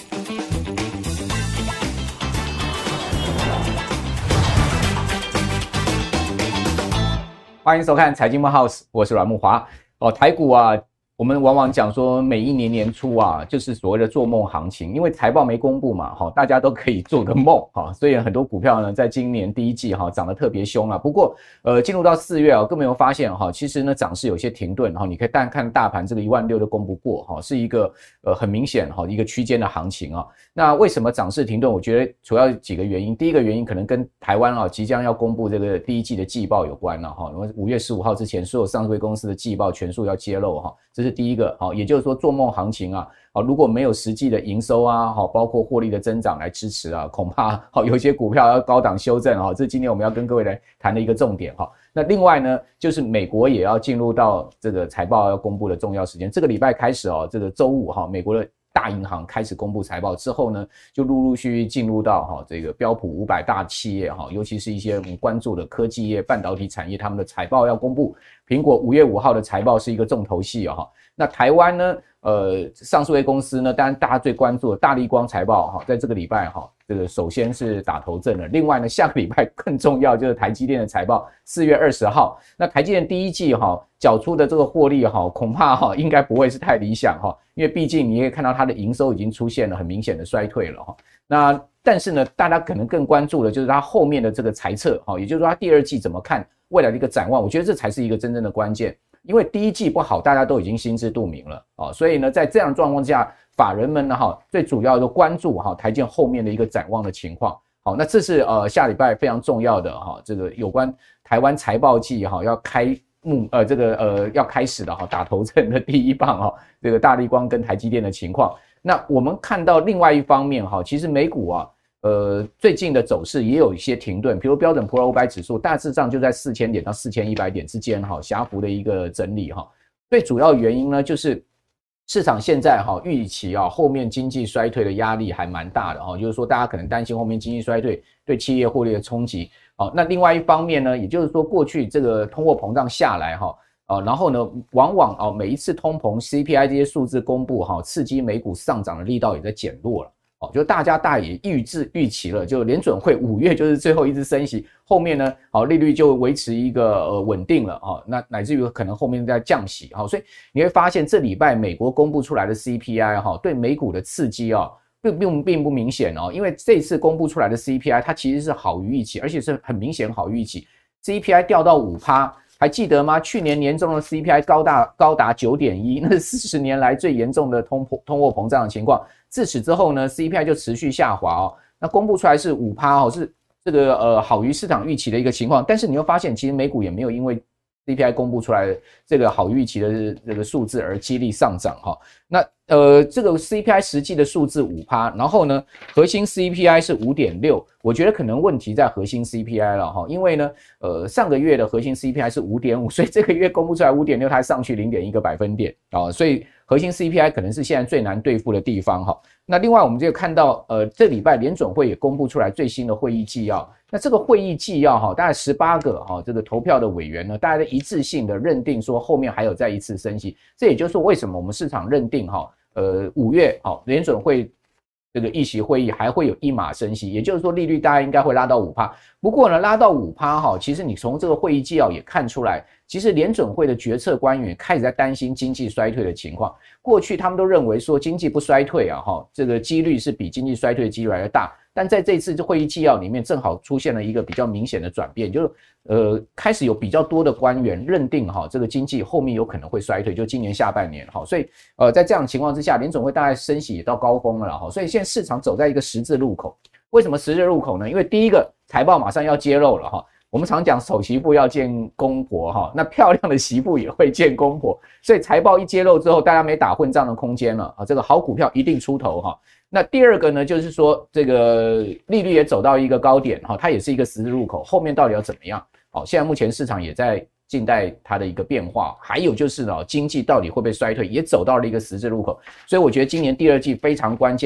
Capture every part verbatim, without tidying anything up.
欢迎收看财经木 house， 我是阮慕骅。哦，台股啊，我们往往讲说每一年年初啊，就是所谓的做梦行情，因为财报没公布嘛，哈，大家都可以做个梦，哈，所以很多股票呢，在今年第一季哈涨得特别凶啊。不过，呃，进入到四月啊，更没有发现哈，其实呢涨势有些停顿哈，你可以单看大盘这个一万六都攻不过哈，是一个呃很明显哈一个区间的行情啊。那为什么涨势停顿？我觉得主要几个原因。第一个原因可能跟台湾啊即将要公布这个第一季的季报有关了哈。五月十五号之前，所有上市公司的季报全数要揭露哈，这是第一个。好，也就是说做梦行情啊，好，如果没有实际的营收啊，好，包括获利的增长来支持啊，恐怕好有一些股票要高档修正哈。这是今天我们要跟各位来谈的一个重点哈。那另外呢，就是美国也要进入到这个财报要公布的重要时间，这个礼拜开始哦，这个周五哈，美国的大银行开始公布财报之后呢，就陆陆续续进入到哈这个标普五百大企业哈，尤其是一些我们关注的科技业、半导体产业，他们的财报要公布。苹果五月五号的财报是一个重头戏哈。那台湾呢，呃，上市公司呢，当然大家最关注的大立光财报哈，在这个礼拜哈，这个首先是打头阵了。另外呢，下个礼拜更重要就是台积电的财报，四月二十号。那台积电第一季哈缴出的这个获利哈，恐怕哈应该不会是太理想哈，因为毕竟你也看到它的营收已经出现了很明显的衰退了哈。那但是呢，大家可能更关注的就是它后面的这个财测哈，也就是说它第二季怎么看未来的一个展望，我觉得这才是一个真正的关键。因为第一季不好，大家都已经心知肚明了啊，所以呢，在这样的状况之下，法人们呢哈，最主要的关注哈台积电后面的一个展望的情况。好，那这是呃下礼拜非常重要的哈，这个有关台湾财报季哈要开幕呃这个呃要开始的哈打头阵的第一棒哈，这个大立光跟台积电的情况。那我们看到另外一方面哈，其实美股啊。呃，最近的走势也有一些停顿，比如标准普尔五百指数大致上就在四千点到四千一百点之间哈，狭幅的一个整理哈。最主要原因呢，就是市场现在哈预期啊后面经济衰退的压力还蛮大的哈，就是说大家可能担心后面经济衰退对企业获利的冲击。好，那另外一方面呢，也就是说过去这个通货膨胀下来哈。啊，然后呢，往往啊每一次通膨 C P I 这些数字公布哈，刺激美股上涨的力道也在减弱了。哦，就大家大也预知预期了，就联准会五月就是最后一次升息，后面呢，好利率就维持一个呃稳定了啊，那乃至于可能后面在降息哈，所以你会发现这礼拜美国公布出来的 C P I 哈，对美股的刺激啊，并并并不明显哦，因为这次公布出来的 C P I 它其实是好于预期，而且是很明显好于预期 ，C P I 掉到 百分之五。还记得吗？去年年中的 C P I 高达高达 九点一， 那是四十年来最严重的通通货膨胀的情况。自此之后呢 ，C P I 就持续下滑哦。那公布出来是 百分之五 哦，是这个呃好于市场预期的一个情况。但是你会发现，其实美股也没有因为 C P I 公布出来的这个好预期的这个数字而激励上涨哈。那呃这个 C P I 实际的数字 百分之五， 然后呢核心 C P I 是 五点六， 我觉得可能问题在核心 C P I 了哈，因为呢呃上个月的核心 C P I 是 五点五， 所以这个月公布出来 五点六 它还上去 零点一 个百分点啊，所以核心 C P I 可能是现在最难对付的地方哈。那另外我们就看到呃这礼拜联准会也公布出来最新的会议纪要，那这个会议纪要哈大概十八个哈这个投票的委员呢，大家的一致性的认定说后面还有再一次升息，这也就是说为什么我们市场认定哈呃五月好联准会这个议息会议还会有一码升息，也就是说利率大概应该会拉到 百分之五。 不过呢拉到 百分之五 哈，其实你从这个会议纪要也看出来，其实联准会的决策官员开始在担心经济衰退的情况。过去他们都认为说经济不衰退啊哈，这个几率是比经济衰退的几率来的大，但在这次会议纪要里面正好出现了一个比较明显的转变，就是呃开始有比较多的官员认定哈这个经济后面有可能会衰退，就今年下半年哈，所以呃在这样的情况之下，联准会大概升息也到高峰了哈，所以现在市场走在一个十字路口。为什么十字路口呢？因为第一个财报马上要揭露了哈。我们常讲丑媳妇要见公婆哈，那漂亮的媳妇也会见公婆，所以财报一揭露之后，大家没打混战的空间了啊，这个好股票一定出头哈。那第二个呢，就是说这个利率也走到一个高点哈，它也是一个十字路口，后面到底要怎么样？好，现在目前市场也在静待它的一个变化，还有就是呢，经济到底会不会衰退，也走到了一个十字路口，所以我觉得今年第二季非常关键哦。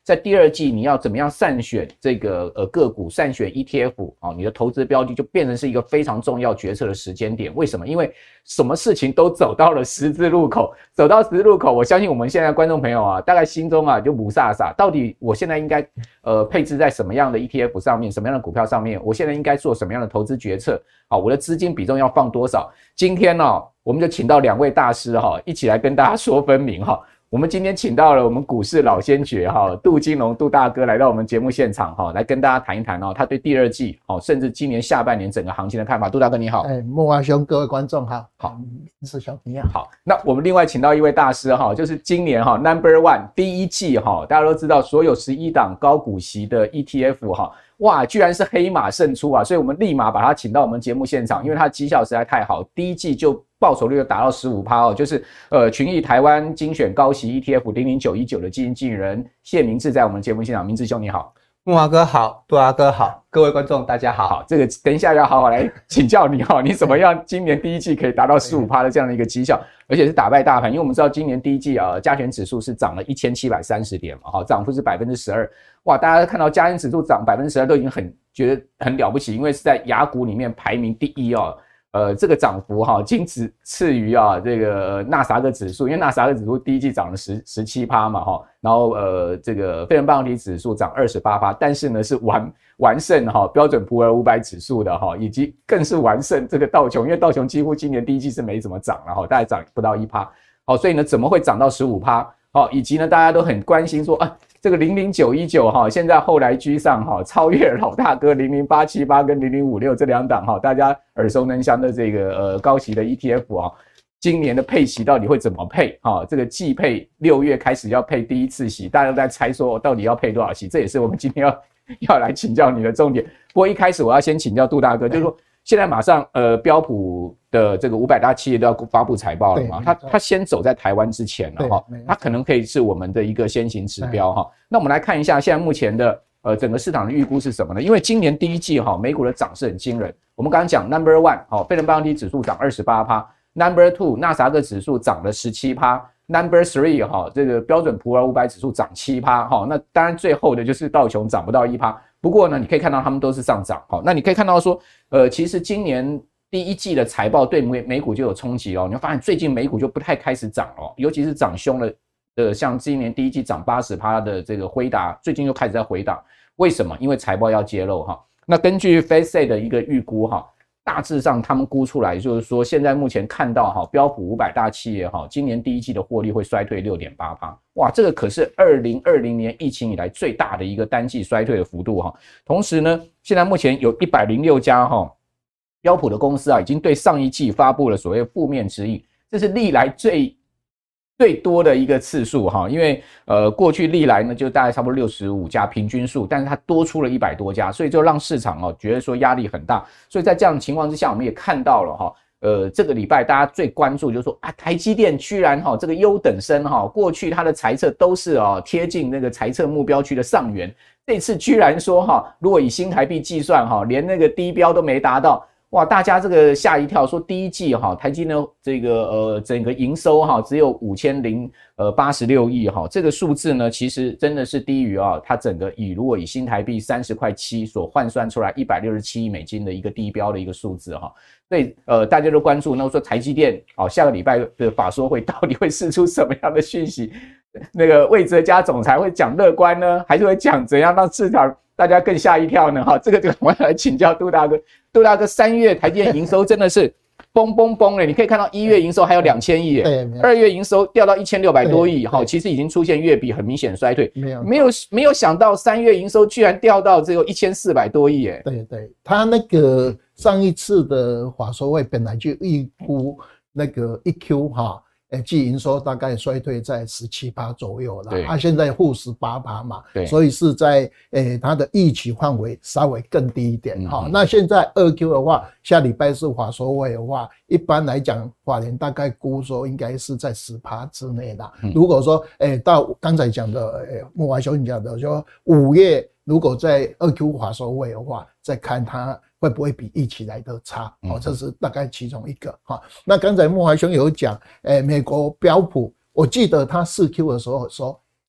在第二季你要怎么样善选这个呃个股，善选 E T F 哦，你的投资标的就变成是一个非常重要决策的时间点。为什么？因为什么事情都走到了十字路口，走到十字路口，我相信我们现在观众朋友啊，大概心中啊就不飒飒，到底我现在应该呃配置在什么样的 E T F 上面，什么样的股票上面？我现在应该做什么样的投资决策？好，我的资金比重要放多少？今天呢、哦，我们就请到两位大师哈、哦，一起来跟大家说分明哈、哦。我们今天请到了我们股市老先觉哈杜金龙杜大哥来到我们节目现场哈，来跟大家谈一谈哦，他对第二季哦，甚至今年下半年整个行情的看法。杜大哥你好， 哎，木华兄，各位观众好， 好， 是小平好。那我们另外请到一位大师哈，就是今年哈 Number One 第一季哈，大家都知道所有十一档高股息的 E T F 哈。哇，居然是黑马胜出啊！所以我们立马把他请到我们节目现场，因为他的绩效实在太好，第一季就报酬率就达到 百分之十五 哦，就是呃群益台湾精选高息 E T F 零零九一九的基金经理人谢明志在我们节目现场，明志兄你好。 木华哥好，杜大哥好，各位观众大家好。 好，这个等一下要好好来请教你哈，你怎么样今年第一季可以达到 百分之十五 的这样的一个绩效，而且是打败大盘？因为我们知道今年第一季啊，加权指数是涨了一千七百三十点嘛，哈，涨幅是 百分之十二。哇，大家看到加权指数涨 百分之十二 都已经很觉得很了不起，因为是在亚股里面排名第一哦。呃，这个涨幅哈，仅次次于啊这个纳斯达克指数，因为纳斯达克指数第一季涨了十十七趴嘛哈，然后呃这个费城半导体指数涨二十八趴，但是呢是完完胜哈标准普尔五百指数的哈，以及更是完胜这个道琼，因为道琼几乎今年第一季是没怎么涨了哈，大概涨不到一趴，好，所以呢怎么会涨到十五趴？好，以及呢大家都很关心说啊。这个零零九一九哈，现在后来居上哈，超越老大哥零零八七八跟零零五六这两档哈，大家耳熟能详的这个呃高息的 E T F 啊，今年的配息到底会怎么配哈？这个季配六月开始要配第一次息，大家都在猜说到底要配多少息，这也是我们今天要要来请教你的重点。不过一开始我要先请教杜大哥，就是说现在马上呃标普的这个五百大企业都要发布财报了嘛，他他先走在台湾之前了哈，他可能可以是我们的一个先行指标哈。那我们来看一下现在目前的呃整个市场的预估是什么呢？因为今年第一季哈美股的涨势很惊人，我们刚刚讲 Number One 哈费城半导体指数涨 百分之二十八 ，Number Two 纳斯达克指数涨了 百分之十七 ，Number Three 哈这个标准普尔五百指数涨 百分之七 哈，那当然最后的就是道琼涨不到 百分之一。不过呢，你可以看到他们都是上涨，好，那你可以看到说，呃，其实今年第一季的财报对美美股就有冲击哦。你会发现最近美股就不太开始涨哦，尤其是涨凶了的，像今年第一季涨 百分之八十 的这个辉达，最近又开始在回档。为什么？因为财报要揭露哈。那根据 Factset 的一个预估哈，大致上他们估出来就是说，现在目前看到哈标普五百大企业哈，今年第一季的获利会衰退 百分之六点八。哇，这个可是二零二零年疫情以来最大的一个单季衰退的幅度哈。同时呢，现在目前有一百零六家哈标普的公司啊，已经对上一季发布了所谓负面指引，这是历来最最多的一个次数哈。因为呃过去历来呢就大概差不多六十五家平均数，但是它多出了一百多家，所以就让市场哦觉得说压力很大。所以在这样的情况之下，我们也看到了哈。呃，这个礼拜大家最关注就是说啊，台积电居然哈、哦、这个优等生哈、哦，过去它的财测都是哦贴近那个财测目标区的上缘，这次居然说哈、哦，如果以新台币计算哈、哦，连那个低标都没达到，哇，大家这个吓一跳，说第一季哈、哦，台积呢这个呃整个营收哈、哦、只有五千零呃八十六亿哈，这个数字呢其实真的是低于啊、哦，它整个以如果以新台币三十块七所换算出来一百六十七亿美金的一个低标的一个数字哈、哦。所以呃，大家都关注，那说台积电哦，下个礼拜的法说会到底会释出什么样的讯息？那个魏哲家总裁会讲乐观呢，还是会讲怎样让市场大家更吓一跳呢？哈，这个就我要来请教杜大哥。杜大哥，三月台积电营收真的是嘣嘣嘣嘞！你可以看到一月营收还有两千亿耶，二月营收掉到一千六百多亿，哈，其实已经出现月比很明显衰退。没有没有没有想到三月营收居然掉到这个一千四百多亿耶。 对对，他那个。上一次的法说会本来就预估那个一 Q 哈，诶，季营收大概衰退在 百分之十七 左右了，它、啊、现在负 百分之十八 嘛，所以是在诶它的预期范围稍微更低一点哈、嗯。那现在二 Q 的话，下礼拜是法说会的话，一般来讲，法人大概估说应该是在 百分之十 之内的、嗯。如果说诶到刚才讲的诶木华兄讲的，说五月如果在二 Q 法说会的话，再看它。会不会比预期来的差？哦，这是大概其中一个哈。那刚才木华兄有讲，诶、欸，美国标普，我记得他四 Q 的时候说，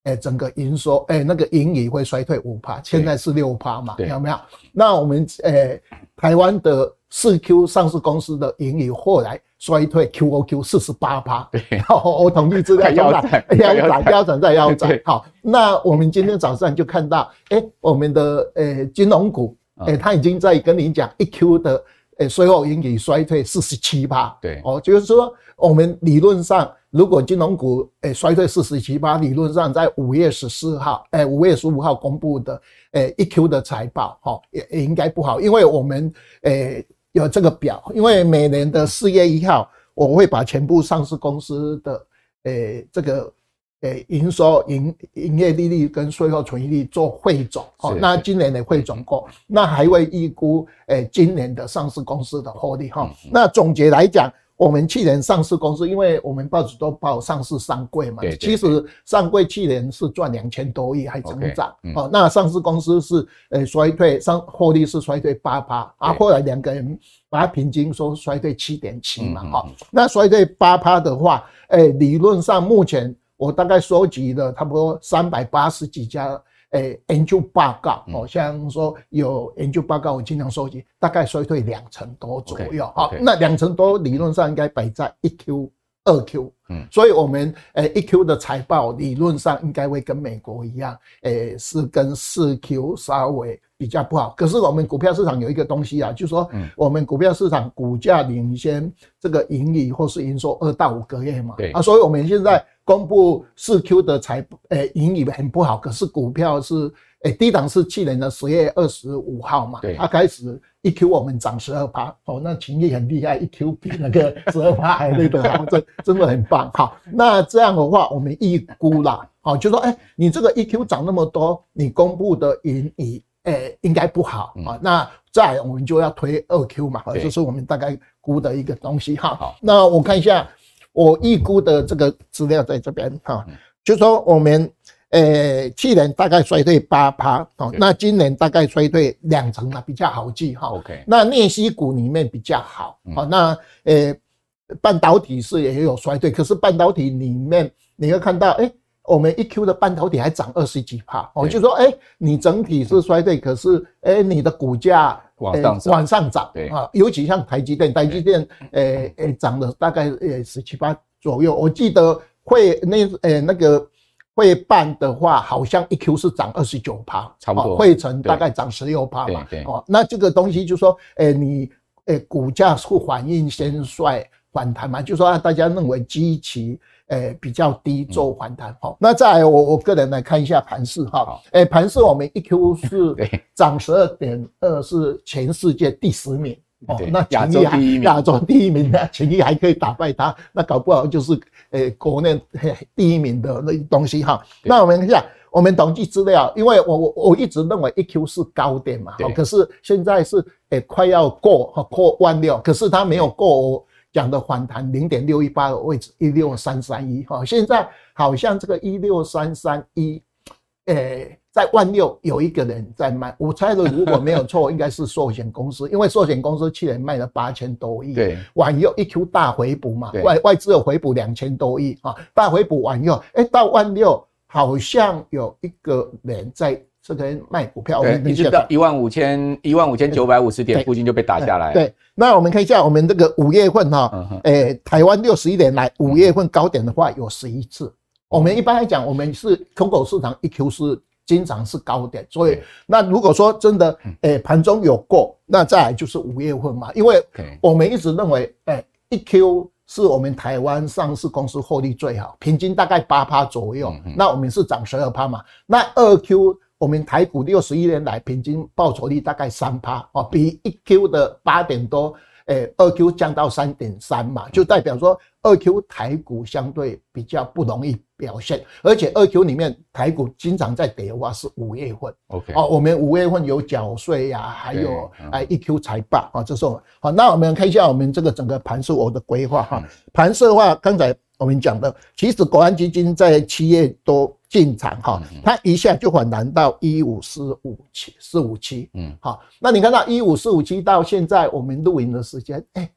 哎，整个营收，哎，那个盈余会衰退 百分之五， 现在是 百分之六 嘛，有没有？那我们哎，台湾的四 Q 上市公司的盈余后来衰退 Q O Q 百分之四十八， 对，我统计资料腰斩，腰斩，腰斩再腰斩。好，那我们今天早上就看到，哎，我们的呃金融股，哎，他已经在跟你讲一 Q 的呃税后盈余衰退 百分之四十七， 对，哦，就是说我们理论上。如果金融股诶衰退 百分之四十七， 理论上在五月十四号诶五月十五号公布的诶一 Q 的财报齁也也应该不好，因为我们诶有这个表，因为每年的四月一号我会把全部上市公司的诶这个诶营收营营业利率跟税后纯益率做汇总齁，那今年也汇总过，那还会预估诶今年的上市公司的获利齁，那总结来讲。我们去年上市公司，因为我们报纸都报上市上柜嘛，其实上柜去年是赚两千多亿，还增长。Okay, 嗯、哦，那上市公司是呃衰退，上获利是衰退 百分之八， 啊，后来两个人把它平均说衰退 百分之七点七 嘛，哈、嗯嗯哦，那衰退 百分之八 的话，诶，理论上目前我大概收集了差不多三百八十几家。诶，研究报告哦，像说有研究报告，我经常收集，大概衰退两成多左右。好、okay, okay ，那两成多理论上应该摆在一 Q、二 Q， 嗯，所以我们诶一 Q 的财报理论上应该会跟美国一样，诶是跟四 Q 稍微比较不好。可是我们股票市场有一个东西啊，就是说我们股票市场股价领先这个盈余或是营收二到五个月嘛，对啊，所以我们现在。公布四 Q 的财呃盈余很不好，可是股票是诶低档是去年的十月二十五号嘛，它开始一 Q 我们涨 百分之十二， 哦，那情谊很厉害，一 Q 比那个 百分之十二 还那个好，真真的很棒。好，那这样的话我们预估啦，好，就说诶你这个一 Q 涨那么多，你公布的盈余诶应该不好啊，那再来我们就要推二 Q 嘛，这是我们大概估的一个东西哈。好，那我看一下。我预估的这个资料在这边哈，就说我们呃去年大概衰退 百分之八， 哦，那今年大概衰退两成了，比较好记哈。OK， 那镊息股里面比较好，好，那呃半导体是也有衰退，可是半导体里面你会看到，哎，我们一 Q 的半导体还涨二十几%，我就说，哎，你整体是衰退，可是哎你的股价。往上涨，往上涨，对啊，尤其像台积电，台积电，诶诶，涨了大概呃十七八左右。我记得会那诶那个会办的话，好像一 Q 是涨二十九%，差不多。汇成大概涨十六%嘛，哦，那这个东西就说，诶你诶股价是反应先衰反弹嘛，就说大家认为基期。诶，比较低做反弹哈、嗯。那再来我我个人来看一下盘势哈。诶，盘势我们一 Q 是涨 十二点二， 是全世界第十名哦。那亚洲第一名，亚洲第一名的情谊还可以打败它，那搞不好就是诶国内第一名的那东西哈。那我们看一下我们统计资料，因为我我我一直认为一 Q 是高点嘛，可是现在是诶快要过过万六，可是它没有过。讲的反弹 零点六一八 的位置一六三三一哈，现在好像这个一六三三一，诶，在万六有一个人在卖，我猜的如果没有错，应该是寿险公司，因为寿险公司去年卖了八千多亿，对，完以后一 Q 大回补嘛，外外资有回补两千多亿啊，大回补完以后，哎，到万六好像有一个人在。这个卖股票， 对，一直到一万五千一万五千九百五十点附近就被打下来。 对，那我们看一下我们这个五月份哈、哦，诶、嗯，台湾六十一年来五月份高点的话有十一次。嗯、我们一般来讲，我们是空口市场一 Q 是经常是高点，所以那如果说真的诶盘中有过，那再来就是五月份嘛，因为我们一直认为诶一 Q。是我们台湾上市公司获利最好，平均大概 百分之八 左右、嗯。那我们是涨 百分之十二 嘛？那二 Q 我们台股六十一年来平均报酬率大概 百分之三、哦、比一 Q 的八点多，诶 二 Q 降到 三点三 嘛，就代表说二 Q 台股相对比较不容易表现，而且二 Q 里面台股经常在跌的话是五月份 ，OK， 哦，我们五月份有缴税呀，还有哎一 Q 财报啊，这是我们好，那我们看一下我们这个整个盘势我的规划哈，盘势的话，刚才我们讲的，其实国安基金在七月多进场哈，它一下就反弹到一五四五七四五七，嗯，好，那你看到一五四五七到现在我们录影的时间，哎。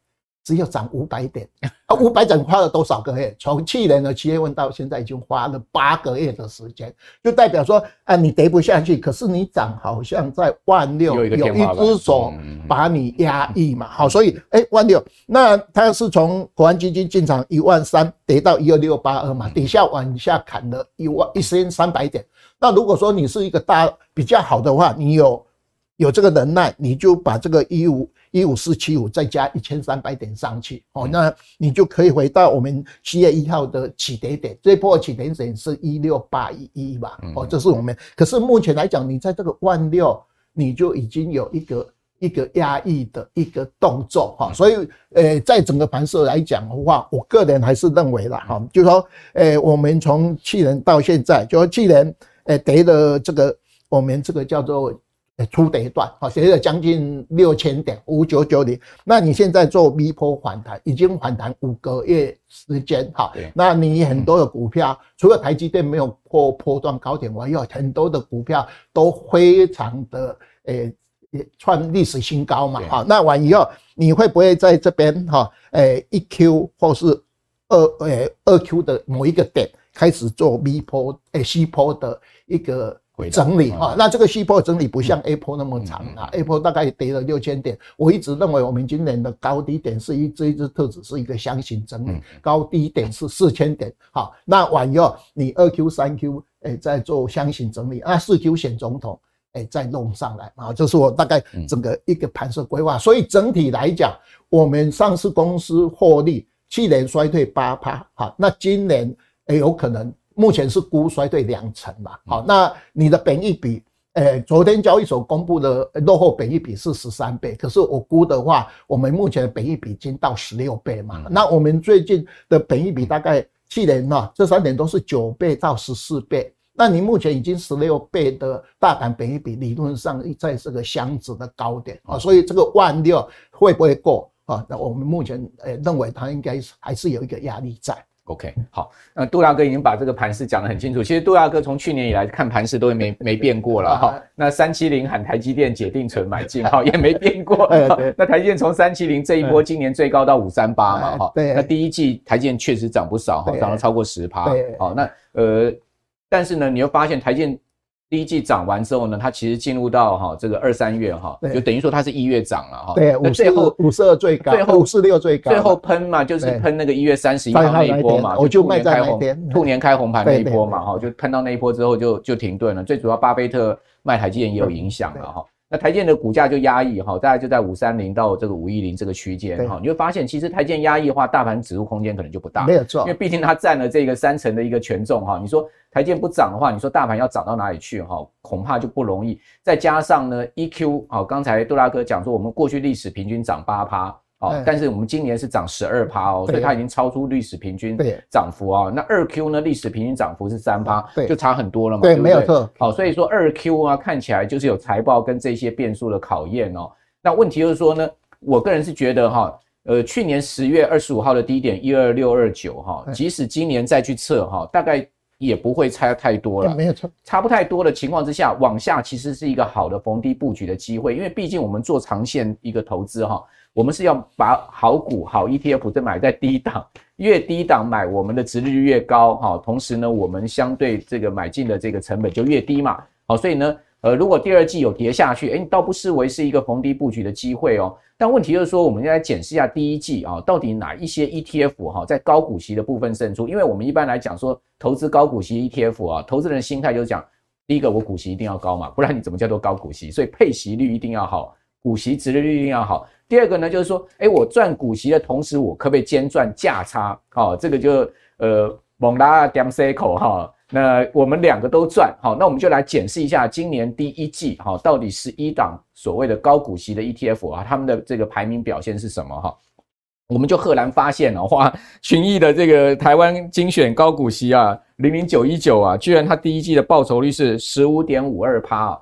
只有涨五百点啊，五百点花了多少个月？从去年的七月份到现在已经花了八个月的时间，就代表说啊，你跌不下去，可是你涨好像在万六有一只手把你压抑嘛，好，所以哎万六，那它是从国安基金进场一万三跌到一二六八二嘛，底下往下砍了一万一千三百点。那如果说你是一个大比较好的话，你有有这个能耐，你就把这个一五一五四七五再加一千三百点上去，哦，那你就可以回到我们七月一号的起跌点，这一波起跌点是一六八一一吧，哦，这是我们。可是目前来讲，你在这个万六，你就已经有一个一个压抑的一个动作哈，所以呃，在整个盘势来讲的话，我个人还是认为啦哈，就是说，呃，我们从去年到现在，就去年呃跌了这个我们这个叫做。初跌段，跌了将近六千点，五九九零。那你现在做 V 波反弹，已经反弹五个月时间，哈。那你很多的股票，嗯、除了台积电没有破波段高点外，有很多的股票都非常的诶。创历史新高嘛，哈，那完以后你会不会在这边哈，诶一 Q 或是二诶二 Q 的某一个点开始做 V 波诶 C 波的一个整理哈？那这个 C 波整理不像 A 波那么长啊 ，A 波大概跌了六千点。我一直认为我们今年的高低点是一这一只特指是一个箱型整理，高低点是四千点，好，那完以后你二 Q 三 Q 诶再做箱型整理，那四 Q 选总统。哎，再弄上来啊，这是我大概整个一个盘势规划。所以整体来讲，我们上市公司获利去年衰退 百分之八， 好，那今年哎有可能目前是估衰退两成嘛，好，那你的本益比，哎，昨天交易所公布的落后本益比是十三倍，可是我估的话，我们目前的本益比已经到十六倍嘛，那我们最近的本益比大概去年啊这三年都是九倍到十四倍。那你目前已经十六倍的大盘本益比，理论上在这个箱子的高点啊，所以这个万六会不会过啊？那我们目前呃认为它应该还是有一个压力在。 OK， 好，那杜大哥已经把这个盘势讲得很清楚。其实杜大哥从去年以来看盘势都没没变过了哈。那三七零喊台积电解定存买进哈，也没变过。那台积电从三七零这一波今年最高到五三八嘛哈。那第一季台积电确实涨不少哈，涨了超过 百分之十。好，那呃。但是呢，你又发现台积电第一季涨完之后呢，它其实进入到哈这个二三月哈，就等于说它是一月涨了哈。 对，那最后五十二最高，最后五四六最高， 最后喷嘛，就是喷那个一月三十一号那一波嘛， 我就卖在那边， 兔年开红盘那一波嘛哈，就喷到那一波之后就就停顿了。最主要巴菲特卖台积电也有影响了哈。那台积电的股价就压抑哈，大概就在五三零到这个五一零这个区间哈，你会发现其实台积电压抑的话，大盘指数空间可能就不大， 没有错， 因为毕竟它占了这个三成的一个权重哈。你说台积电不涨的话，你说大盘要涨到哪里去哈？恐怕就不容易。再加上呢 ，E Q 啊，刚才杜大哥讲说，我们过去历史平均涨 百分之八。哦，但是我们今年是涨 百分之十二 哦，所以它已经超出历史平均涨幅啊。那 二 Q 呢，历史平均涨幅是 百分之三， 就差很多了嘛。 对，对对没有错。 好，所以说 二 Q 啊，看起来就是有财报跟这些变数的考验哦。那问题就是说呢，我个人是觉得哈，呃，去年十月二十五号的低点一二六二九哈，即使今年再去测哈，大概也不会差太多了， 没有错， 差不太多的情况之下，往下其实是一个好的逢低布局的机会，因为毕竟我们做长线一个投资哈。我们是要把好股好 E T F 再买在低档，越低档买我们的殖利率越高哈，同时呢我们相对这个买进的这个成本就越低嘛，好，所以呢呃如果第二季有跌下去，哎，你倒不失为是一个逢低布局的机会哦。但问题就是说，我们要来检视一下第一季啊，到底哪一些 E T F 哈在高股息的部分胜出？因为我们一般来讲说投资高股息 E T F 啊，投资人的心态就是讲，第一个我股息一定要高嘛，不然你怎么叫做高股息？所以配息率一定要好，股息殖利率一定要好。第二个呢，就是说，哎，我赚股息的同时，我可不可以兼赚价差？好、哦，这个就呃，猛拉点 C 口哈。那我们两个都赚，好，那我们就来检视一下今年第一季哈，到底十一档所谓的高股息的 E T F 啊，他们的这个排名表现是什么哈？我们就赫然发现了，哇，群益的这个台湾精选高股息啊，零零九一九啊，居然它第一季的报酬率是 百分之十五点五二 啊。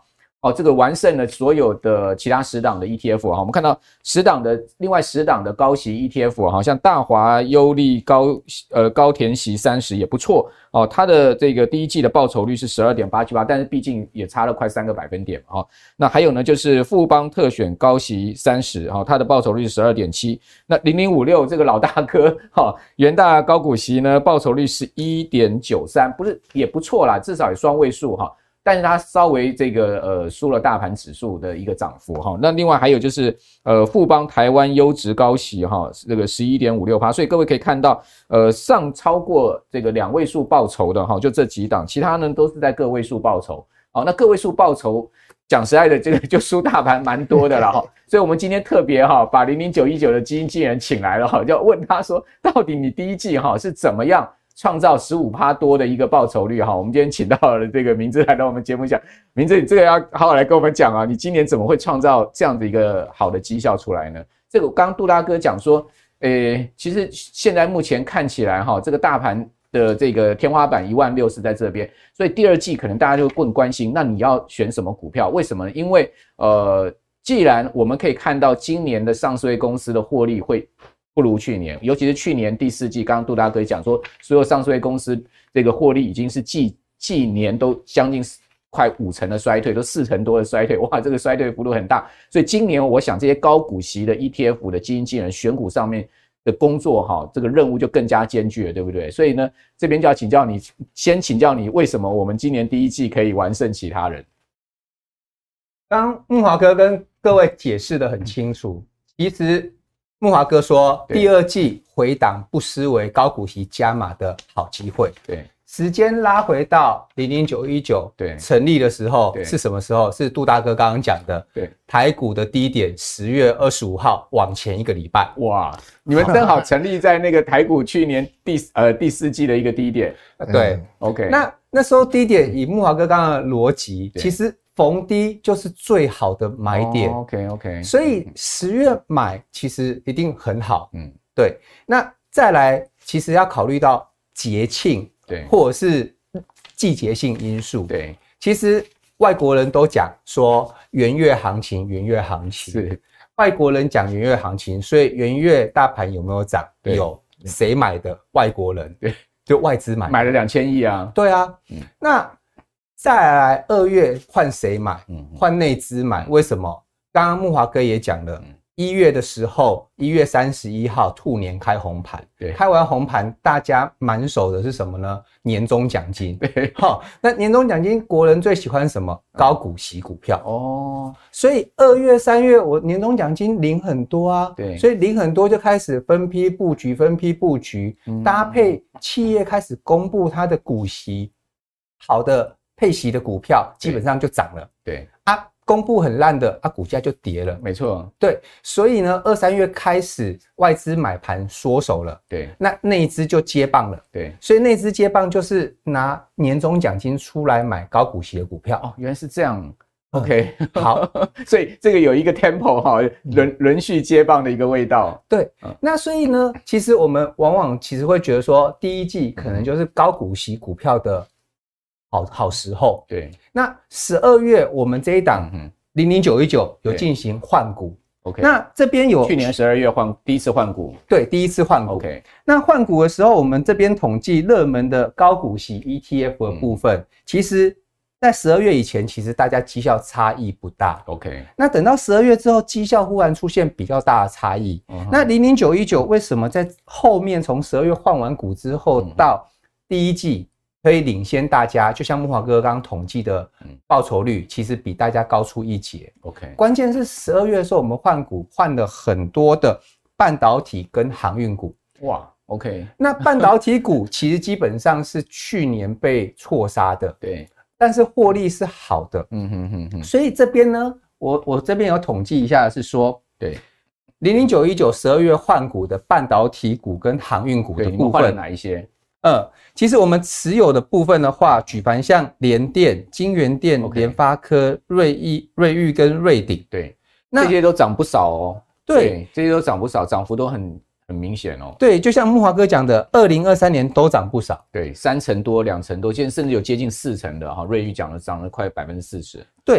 哦，这个完胜了所有的其他十档的 E T F 哈，我们看到十档的另外十档的高息 E T F 好像大华、优利、高呃高填息三十也不错哦，它的这个第一季的报酬率是 十二点八七八， 但是毕竟也差了快三个百分点哈、哦。那还有呢，就是富邦特选高息三十哈，它的报酬率是 十二点七。那零零五六这个老大哥哈、哦，元大高股息呢，报酬率是 一点九三， 不是也不错啦，至少也双位数哈。但是它稍微这个呃输了大盘指数的一个涨幅哈，那另外还有就是呃富邦台湾优质高息哈，这个 十一点五六趴， 所以各位可以看到呃上超过这个两位数报酬的哈，就这几档，其他呢都是在个位数报酬。好，那个位数报酬讲实在的，这个就输大盘蛮多的了哈，所以我们今天特别哈把零零九一九的基金经理人请来了哈，就问他说到底你第一季哈是怎么样创造 百分之十五 多的一个报酬率哈，我们今天请到了这个名字来到我们节目讲，名字你这个要好好来跟我们讲啊，你今年怎么会创造这样的一个好的绩效出来呢？这个刚刚杜大哥讲说，诶，其实现在目前看起来哈，这个大盘的这个天花板一万六是在这边，所以第二季可能大家就更关心，那你要选什么股票？为什么呢？因为呃，既然我们可以看到今年的上市公司的获利会不如去年，尤其是去年第四季，刚刚杜大哥讲说，所有上市公司这个获利已经是季季年都将近快五成的衰退，都四成多的衰退，哇，这个衰退幅度很大。所以今年我想这些高股息的 E T F 的基金经理人选股上面的工作哈，这个任务就更加艰巨了，对不对？所以呢，这边就要请教你，先请教你为什么我们今年第一季可以完胜其他人？ 刚刚木华哥跟各位解释得很清楚，其实木华哥说，第二季回档不失为高股息加码的好机会。 对， 时间拉回到零零九一九成立的时候是什么时候？是杜大哥刚刚讲的。对，台股的低点十月二十五号往前一个礼拜。 哇，你们正好成立在那个台股去年第呃第四季的一个低点。 对、嗯、 ，OK。 那那时候低点以木华哥刚刚的逻辑，其实逢低就是最好的买点。 哦、OK OK。 所以十月买其实一定很好。嗯，对。那再来，其实要考虑到节庆。对，或者是季节性因素。对，其实外国人都讲说元月行情，元月行情。是，外国人讲元月行情，所以元月大盘有没有涨？有，谁买的？外国人。对，就外资买的， 买了两千亿啊。 对啊，嗯、那再来二月换谁买？换内资买。为什么？刚刚木华哥也讲了。嗯，一月的时候，一月三十一号兔年开红盘，对，开完红盘，大家满手的是什么呢？年终奖金。对，好，那年终奖金国人最喜欢什么？高股息股票。哦，所以二月、三月我年终奖金领很多啊，对，所以领很多就开始分批布局，分批布局，嗯、搭配企业开始公布它的股息，好的配息的股票基本上就涨了。对啊。公布很烂的啊，股价就跌了。没错，对，所以呢，二三月开始外资买盘缩手了，对，那内资就接棒了，对，所以内资接棒就是拿年终奖金出来买高股息的股票。 哦，原来是这样。OK， 好，所以这个有一个 tempo 哈，轮轮续接棒的一个味道。 对，嗯、那所以呢，其实我们往往其实会觉得说，第一季可能就是高股息股票的。好好时候，对。那十二月我们这一档零零九一九有进行换股 ，OK。 那这边有去年十二月换第一次换股， 对，第一次换股 ，OK。 那换股的时候，我们这边统计热门的高股息 E T F 的部分，嗯、其实在十二月以前，其实大家绩效差异不大 ，OK。 那等到十二月之后，绩效忽然出现比较大的差异。嗯、那零零九一九为什么在后面从十二月换完股之后到第一季？可以领先大家，就像木华哥刚刚统计的报酬率，其实比大家高出一截。OK， 关键是十二月的时候，我们换股换了很多的半导体跟航运股。 哇 ，OK， 那半导体股其实基本上是去年被错杀的，对，但是获利是好的。嗯哼哼哼。所以这边呢，我我这边有统计一下，是说，对，零零九一九十二月换股的半导体股跟航运股的部分， 换了哪一些？ 嗯，其实我们持有的部分的话，举凡像联电、金源电、okay. 联发科、瑞昱、瑞昱跟瑞鼎， 对，这些都涨不少哦。对，对这些都涨不少，涨幅都很很明显哦。 对，就像木华哥讲的，二零二三年都涨不少。 对，三成多、两成多，现在甚至有接近四成的哈。瑞昱讲了涨了快百分之四十。 对，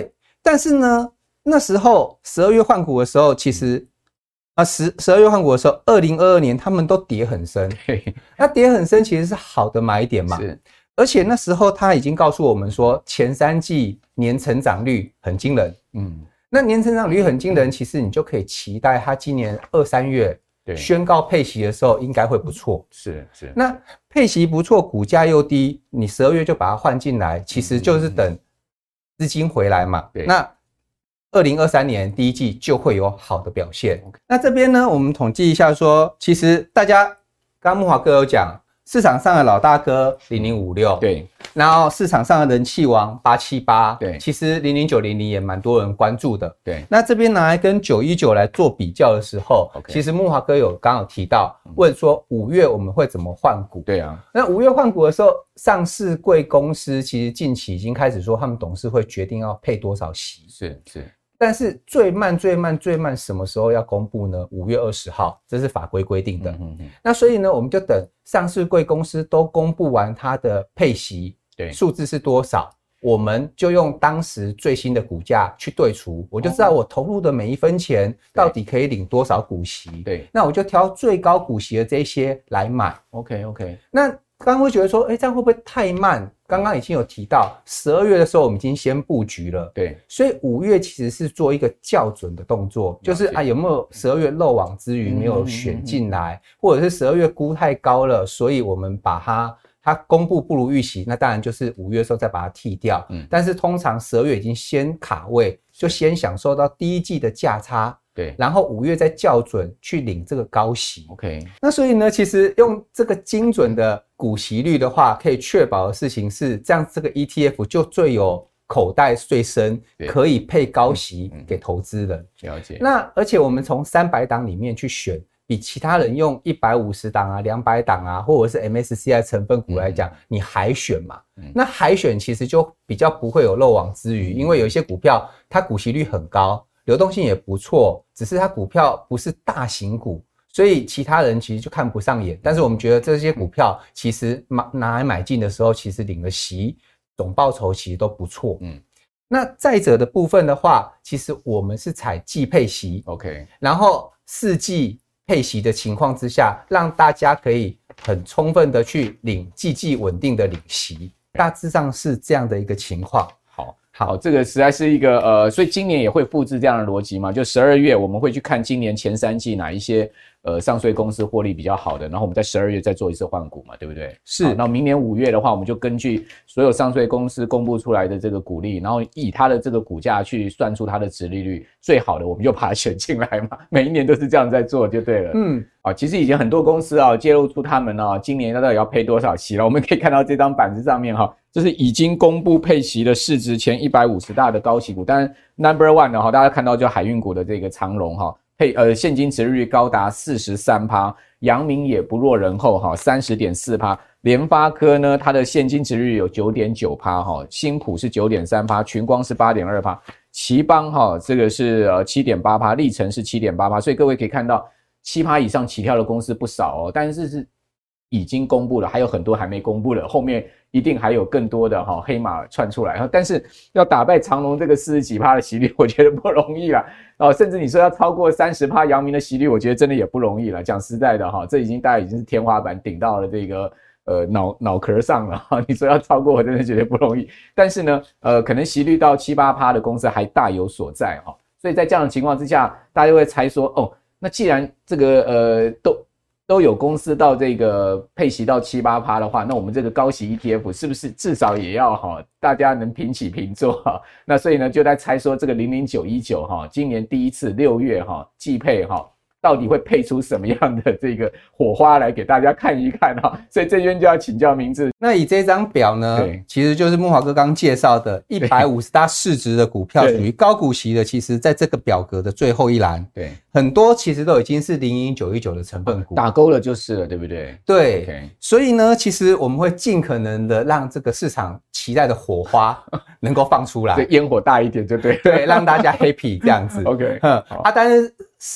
但是呢，那时候十二月换股的时候，其实啊十十二月换股的时候，二零二二年他们都跌很深，那跌很深其实是好的买点嘛。是，而且那时候他已经告诉我们说，前三季年成长率很惊人。嗯，那年成长率很惊人，其实你就可以期待他今年二三月宣告配息的时候应该会不错。是是，那配息不错，股价又低，你十二月就把它换进来，其实就是等资金回来嘛。对，那二零二三年第一季就会有好的表现。那这边呢，我们统计一下说，其实大家刚刚慕骅哥有讲，市场上的老大哥零零五六，对，然后市场上的人气王八七八，对，其实零零九零零也蛮多人关注的。对，那这边拿来跟九一九来做比较的时候， okay. 其实慕骅哥有刚好提到，问说五月我们会怎么换股？对啊，那五月换股的时候，上市柜公司其实近期已经开始说，他们董事会决定要配多少息。是是。但是最慢最慢最慢什么时候要公布呢？五月二十号，这是法规规定的。嗯嗯，那所以呢，我们就等上市柜公司都公布完它的配息，对，数字是多少，我们就用当时最新的股价去对除，我就知道我投入的每一分钱到底可以领多少股息。对，那我就挑最高股息的这些来买。OK OK， 那刚刚会觉得说，哎，这样会不会太慢？刚刚已经有提到，十二月的时候我们已经先布局了，对，所以五月其实是做一个校准的动作，就是啊有没有十二月漏网之鱼没有选进来，或者是十二月估太高了，所以我们把它它公布不如预期，那当然就是五月的时候再把它剔掉。嗯，但是通常十二月已经先卡位，就先享受到第一季的价差。对，然后五月再校准去领这个高息。OK， 那所以呢，其实用这个精准的股息率的话，可以确保的事情是，这样这个 E T F 就最有口袋最深，可以配高息给投资人。了解。那而且我们从三百档里面去选，比其他人用一百五十档啊、两百档啊，或者是 M S C I 成分股来讲，嗯、你海选嘛、嗯，那海选其实就比较不会有漏网之鱼，因为有一些股票它股息率很高。流动性也不错，只是它股票不是大型股，所以其他人其实就看不上眼。但是我们觉得这些股票其实拿来买进的时候，其实领了息，总报酬其实都不错。嗯，那再者的部分的话，其实我们是采季配息 ，OK， 然后四季配息的情况之下，让大家可以很充分的去领季季稳定的领息，大致上是这样的一个情况。 好，这个实在是一个呃，所以今年也会复制这样的逻辑嘛？就十二月我们会去看今年前三季哪一些呃上市公司获利比较好的，然后我们在十二月再做一次换股嘛，对不对？是。那明年五月的话，我们就根据所有上市公司公布出来的这个股利，然后以它的这个股价去算出它的殖利率，最好的我们就把它选进来嘛。每一年都是这样在做就对了。嗯。啊，其实已经很多公司啊揭露出他们啊今年到底要配多少息了。我们可以看到这张板子上面哈、啊。这是已经公布配息的市值前一百五十大的高息股，当然 number one 的哈，大家看到就海运股的这个长荣哈，配呃现金殖利率高达 百分之四十三， 阳明也不落人后哈 百分之三十点四， 联发科呢它的现金殖利率有 九点九 哈，新普是 九点三， 群光是 八点二， 奇邦哈这个是呃 七点八， 力成是 七点八， 所以各位可以看到 百分之七 以上起跳的公司不少哦，但是是已经公布了，还有很多还没公布的，后面一定还有更多的黑马窜出来，但是要打败长荣这个四十几%的息率，我觉得不容易啦。哦，甚至你说要超过 百分之三十 阳明的息率，我觉得真的也不容易了。讲实在的哈，这已经大概已经是天花板，顶到了这个呃脑脑壳上了哈。你说要超过，我真的觉得不容易。但是呢，呃，可能息率到 百分之七八 的公司还大有所在哈。所以在这样的情况之下，大家就会猜说，哦，那既然这个呃都。都有公司到这个配息到 百分之七八 的话，那我们这个高息 E T F 是不是至少也要哈，大家能平起平坐哈？那所以呢，就在猜说这个零零九一九哈，今年第一次六月哈季配哈，到底会配出什么样的这个火花来给大家看一看哈？所以这边就要请教明志。 那以这张表呢，其实就是慕骅哥刚介绍的一百五十大市值的股票，属于高股息的，其实在这个表格的最后一栏，对，很多其实都已经是零零九一九的成分股， 打勾了就是了，对不对？ 对， okay. 所以呢，其实我们会尽可能的让这个市场期待的火花能够放出来， 烟火大一点就对了， 对，让大家 happy 这样子。 OK， 啊，但是是。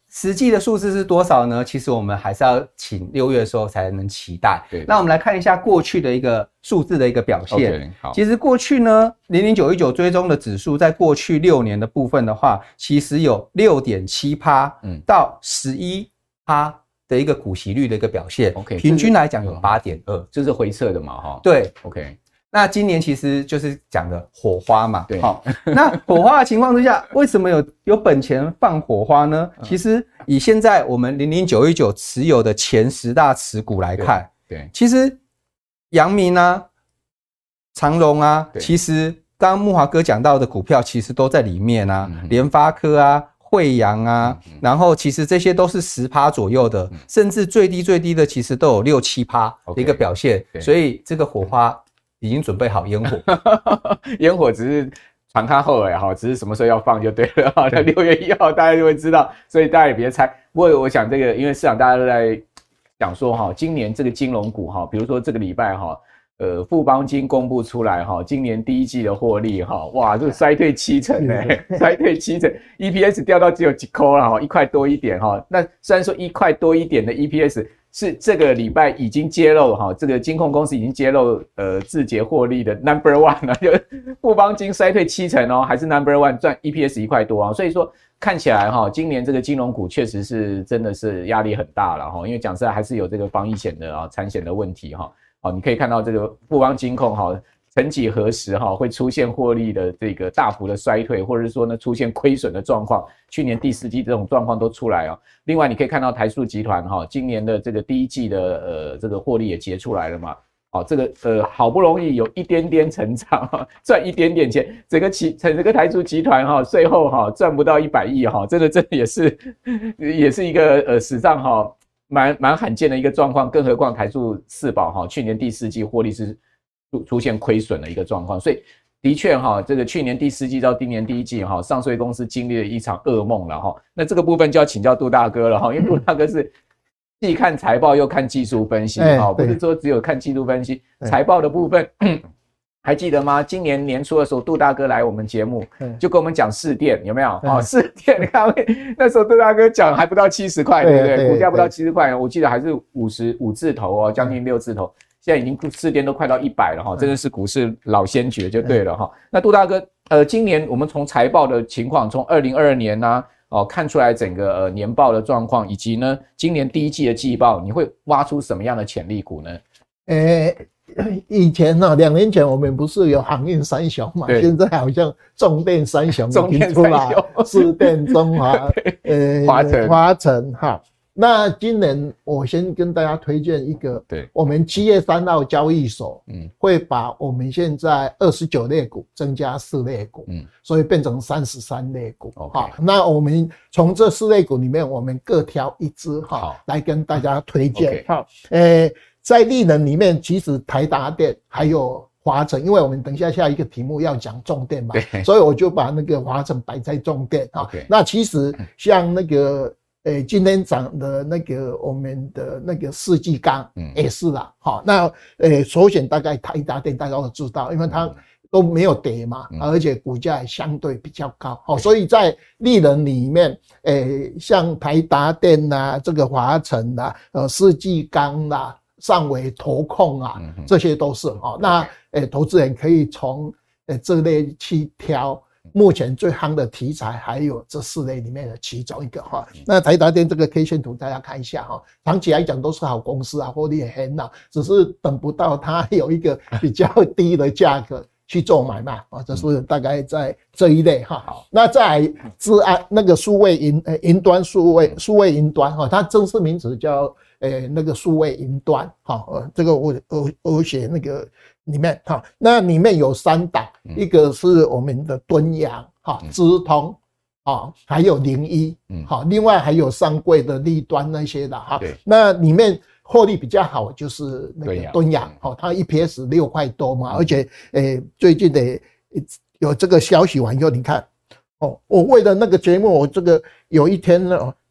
实际的数字是多少呢？其实我们还是要请六月的时候才能期待。 对， 那我们来看一下过去的一个数字的一个表现。 Okay, 好， 其实过去呢，零零九一九追踪的指数，在过去六年的部分的话，其实有 六点七趴 到 十一趴 的一个股息率的一个表现。 OK， 平均来讲有 八点二， 这是回测的嘛？哈， 对 ，OK。 那今年其实就是讲的火花嘛， 对， 好，那火花的情况之下，为什么有有本钱放火花呢？嗯、其实以现在我们零零九一九持有的前十大持股来看， 对，对其实阳明啊、长荣啊，其实刚刚慕骅哥讲到的股票，其实都在里面啊，嗯、联发科啊、慧洋啊，嗯、然后其实这些都是 百分之十 左右的，嗯、甚至最低最低的其实都有 六七趴 的一个表现， okay, 所以这个火花已经准备好烟火， 烟火只是传开后而已哈，只是什么时候要放就对了哈。那六月一号大家就会知道，所以大家也别猜。不过我想这个，因为市场大家都在讲说哈，今年这个金融股哈，比如说这个礼拜哈，呃，富邦金公布出来哈，今年第一季的获利哈，哇，这个衰退七成呢、欸，衰退七成 ，E P S 掉到只有几块了哈，一块多一点哈。那虽然说一块多一点的 E P S。是这个礼拜已经揭露哈，这个金控公司已经揭露呃自结获利的 number one 了，就富邦金衰退七成哦，还是 number one 赚 E P S 一块多啊，所以说看起来哈，今年这个金融股确实是真的是压力很大了哈，因为讲实在还是有这个防疫险的啊产险的问题哈，好，你可以看到这个富邦金控哈。曾几何时哈会出现获利的这个大幅的衰退，或者是说呢出现亏损的状况，去年第四季这种状况都出来哦。另外你可以看到台塑集团哈今年的这个第一季的呃这个获利也结出来了嘛，好、哦、这个呃好不容易有一点点成长哈，赚一点点钱，整个集整个台塑集团哈税后哈赚不到一百亿哈，真的真的也是也是一个呃史上哈蛮蛮罕见的一个状况，更何况台塑四宝哈去年第四季获利是。出现亏损的一个状况，所以的确哈，这个去年第四季到今年第一季哈，上市公司经历了一场噩梦了哈。那这个部分就要请教杜大哥了哈，因为杜大哥是既看财报又看技术分析哈，不是说只有看技术分析，财报的部分还记得吗？今年年初的时候，杜大哥来我们节目就跟我们讲市电有没有？哦，市电，你看那时候杜大哥讲还不到七十块，对不对？股价不到七十块，我记得还是五十五字头哦，将近六字头。现在已经市电都快到一百了哈，真的是股市老先觉就对了哈。那杜大哥，呃，今年我们从财报的情况，从二零二二年呢、啊，哦看出来整个呃年报的状况，以及呢今年第一季的季报，你会挖出什么样的潜力股呢？ 诶、欸，以前呢、啊，两年前我们不是有航运三雄嘛？现在好像重电三雄已经出来，市电、中华、呃华城、华城哈。那今年我先跟大家推荐一个，对，我们七月三号交易所，嗯，会把我们现在二十九类股增加四类股，嗯，所以变成三十三类股，好，那我们从这四类股里面，我们各挑一支哈，来跟大家推荐，好，呃，在力能里面，其实台达电还有华城，因为我们等一下下一个题目要讲重电嘛，所以我就把那个华城摆在重电啊，那其实像那个。诶，今天涨的那个我们的那个世纪钢也是啦，好、嗯，那诶首选大概台达电大家都知道，因为它都没有跌嘛，嗯、而且股价也相对比较高，好，所以在力能里面，诶像台达电啦、这个华城啦、呃世纪钢啦、上緯投控啊，嗯、这些都是哦。那诶投资人可以从诶这类去挑。目前最夯的题材还有这四类里面的其中一个哈，那台达电这个 K 线图大家看一下哈，长期来讲都是好公司啊，获利也很好，只是等不到它有一个比较低的价格去做买卖啊，这是大概在这一类哈。那再来治安那个数位云呃云端数位数位云端哈，它正式名字叫呃那个数位云端哈，呃这个我我我写那个。里面哈，那里面有三档，嗯、一个是我们的敦洋哈、资通啊，还有零一，嗯，好，另外还有上柜的立端那些的哈。那里面获利比较好就是那个敦洋，好，它 E P S 六块多嘛，嗯、而且诶、欸、最近的有这个消息完以后，你看哦，我为了那个节目，我这个有一天呢。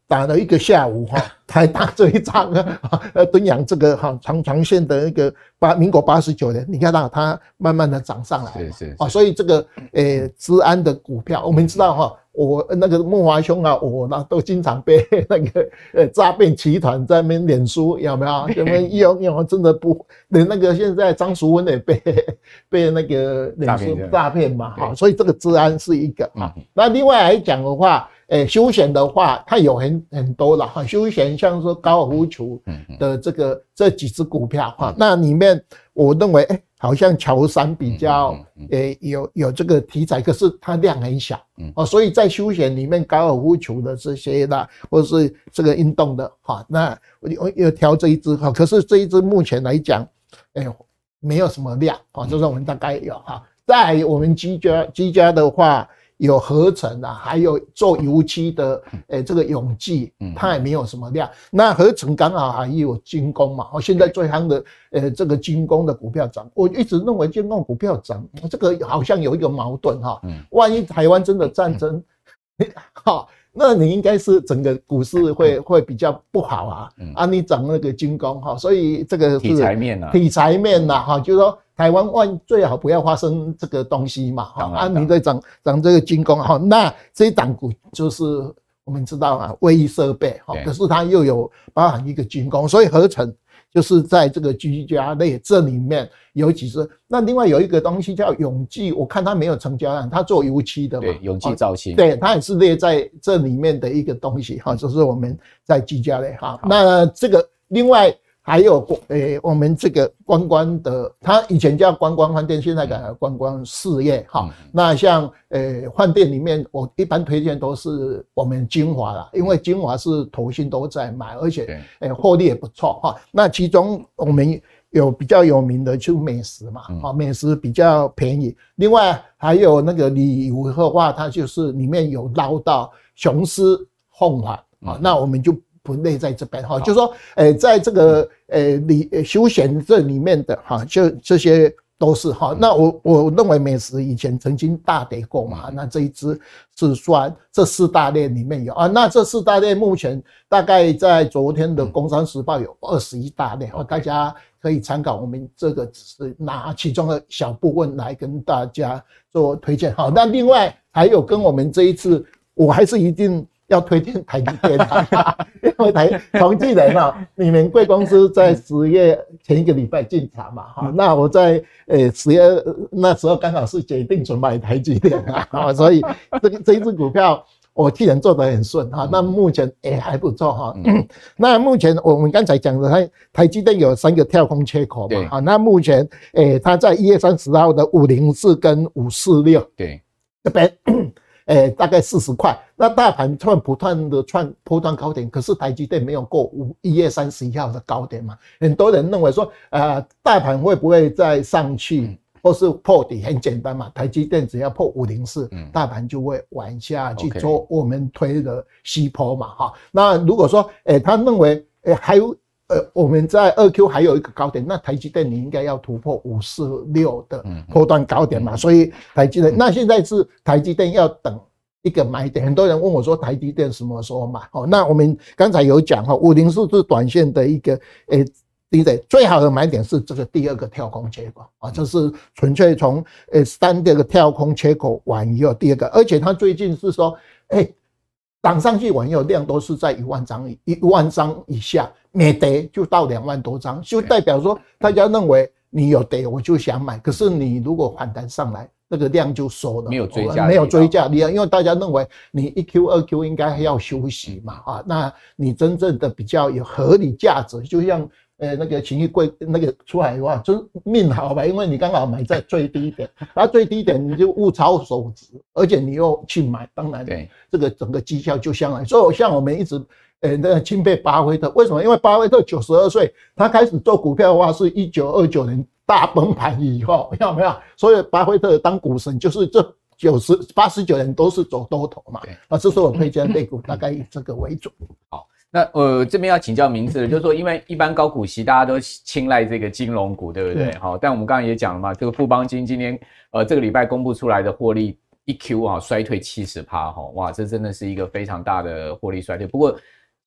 打了一个下午哈，才打这一仗啊，呃，敦洋这个哈长长线的那个八民国八十九年，你看到它慢慢的涨上来， 是是啊，所以这个呃资安的股票，我们知道哈，我那个慕骅兄啊，我呢都经常被那个呃诈骗集团在那边脸书有没有？什么用用真的不，连那个现在张淑芬也被被那个脸书诈骗嘛，哈，所以这个资安是一个啊。那另外来讲的话。诶，休闲的话，它有很很多了哈。休闲像说高尔夫球的这个、嗯、这几只股票哈、嗯，那里面我认为，诶，好像乔山比较诶有有这个题材，可是它量很小，嗯哦，所以在休闲里面，高尔夫球的这些啦，或者是这个运动的哈，那我有挑这一只哈，可是这一只目前来讲，诶，没有什么量啊，就是我们大概有哈。在我们居家居家的话。有合成啊，还有做油漆的，诶、欸，这个永记，它也没有什么量。那合成刚好还有军工嘛，哦，现在最夯的，呃、欸，这个军工的股票涨，我一直认为军工股票涨，这个好像有一个矛盾哈。万一台湾真的战争，好，那你应该是整个股市会会比较不好啊。啊，你涨那个军工哈，所以这个是题材面啊， 题材面呐哈，就是说。台湾万最好不要发生这个东西嘛，哈，啊，你在涨涨这个军工哈，那这一档股就是我们知道啊，卫浴设备哈，可是它又有包含一个军工，所以合成就是在这个居家类这里面有几只。那另外有一个东西叫永记，我看它没有成交量，它做油漆的嘛， 对，永记造型， 对，它也是列在这里面的一个东西哈，就是我们在居家类哈。那这个另外。还有诶、欸，我们这个观光的，它以前叫观光饭店，现在改了观光事业哈、嗯。那像诶饭店里面，我一般推荐都是我们精华啦，因为精华是投信都在买，而且诶获利也不错哈。那其中我们有比较有名的就美食嘛，啊、嗯、美食比较便宜。另外还有那个旅游的话，它就是里面有捞到雄狮、凤凰啊，那我们就。不类在这边哈，就是说，诶，在这个诶里休闲这里面的哈，就这些都是哈。那我我认为美食以前曾经大跌过嘛，那这一支是算这四大类里面有啊。那这四大类目前大概在昨天的《工商时报》有二十一大类哦，大家可以参考。我们这个只是拿其中的小部分来跟大家做推荐哈。那另外还有跟我们这一次，我还是一定。要推荐台积电啊，因为台同济人啊，你们贵公司在十月前一个礼拜进场嘛，哈，那我在呃十月那时候刚好是决定准买台积电啊，所以这个这一支股票我既然做得很顺哈，那目前也、欸、还不错哈。那目前我们刚才讲的台台积电有三个跳空缺口嘛，哈，那目前诶、欸、它在一月三十号的五零四跟五四六，对，这边。诶、欸，大概四十块。那大盘创不断的创波段高点，可是台积电没有过五一月三十一号的高点嘛？很多人认为说，呃，大盘会不会再上去，或是破底？很简单嘛，台积电只要破五零四，大盘就会往下去做我们推的西坡嘛，哈。那如果说，诶、欸，他认为，诶、欸，还有。呃，我们在二 Q 还有一个高点，那台积电你应该要突破五四六的波段高点嘛，所以台积电那现在是台积电要等一个买点。很多人问我说台积电什么时候买？哦，那我们刚才有讲哈，五零四是短线的一个诶低点，最好的买点是这个第二个跳空缺口啊，这是纯粹从诶三个跳空缺口完以后第二个，而且它最近是说，诶涨上去完以后量都是在一万张一万张以下。每跌就到两万多张，就代表说大家认为你有跌我就想买，可是你如果反弹上来，那个量就缩了， 没有追加， 没有追加力量，因为大家认为你一 Q 二 Q 应该要休息嘛，啊，那你真正的比较有合理价值，就像呃那个秦玉贵那个出来的话，就是命好吧，因为你刚好买在最低点，然后最低点你就物超所值，而且你又去买，当然这个整个绩效就相来，所以像我们一直。呃，那个钦佩巴菲特，为什么？因为巴菲特九十二岁，他开始做股票的话是一九二九年大崩盘以后，有没有？所以巴菲特当股神就是这九十八十九年都是走多头嘛。啊，这是我推荐类股，大概以这个为主。 好，那呃这边要请教名字，就是说，因为一般高股息大家都青睐这个金融股，对不对？好，但我们刚刚也讲了嘛，这个富邦金今天呃这个礼拜公布出来的获利一 Q 啊衰退七十趴哈，哇，这真的是一个非常大的获利衰退。不过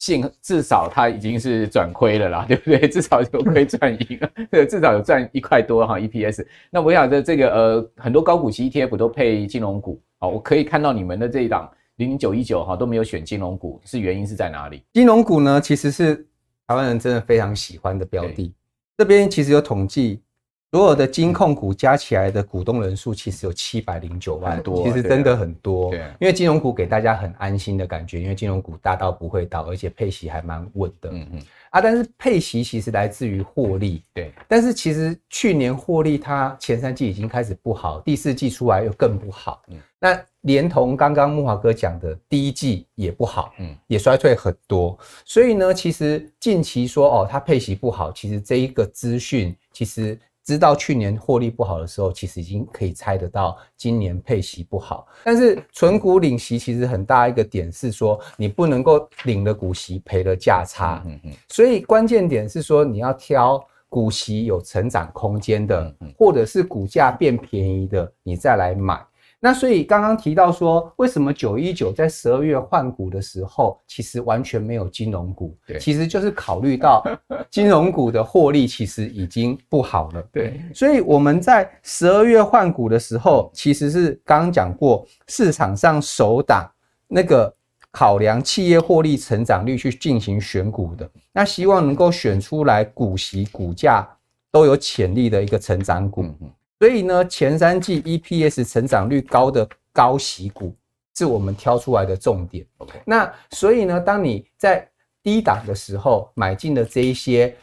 幸至少它已经是转亏了啦，对不对？至少有亏转盈，至少有赚一块多哈 E P S。那我想着这个呃很多高股息 E T F 都配金融股，好，我可以看到你们的这一档零零九一九哈都没有选金融股，是原因是在哪里？ 金融股呢，其实是台湾人真的非常喜欢的标的。这边其实有统计，所有的金控股加起来的股东人数其实有七百零九万多，其实真的很多。对，因为金融股给大家很安心的感觉，因为金融股大到不会倒，而且配息还蛮稳的。嗯嗯。啊，但是配息其实来自于获利。对。但是其实去年获利它前三季已经开始不好，第四季出来又更不好。嗯。那连同刚刚木华哥讲的第一季也不好，嗯，也衰退很多。所以呢，其实近期说哦，它配息不好，其实这一个资讯其实。知道去年获利不好的时候，其实已经可以猜得到今年配息不好。但是存股领息其实很大一个点是说，你不能够领了股息赔了价差。嗯嗯。所以关键点是说，你要挑股息有成长空间的，或者是股价变便宜的，你再来买。那所以刚刚提到说，为什么九一九在十二月换股的时候，其实完全没有金融股，其实就是考虑到金融股的获利其实已经不好了。对，所以我们在十二月换股的时候，其实是刚刚讲过，市场上首档那个考量企业获利成长率去进行选股的，那希望能够选出来股息、股价都有潜力的一个成长股。嗯，所以呢，前三季 E P S 成长率高的高息股是我们挑出来的重点。Okay. 那所以呢，当你在低档的时候买进的这一些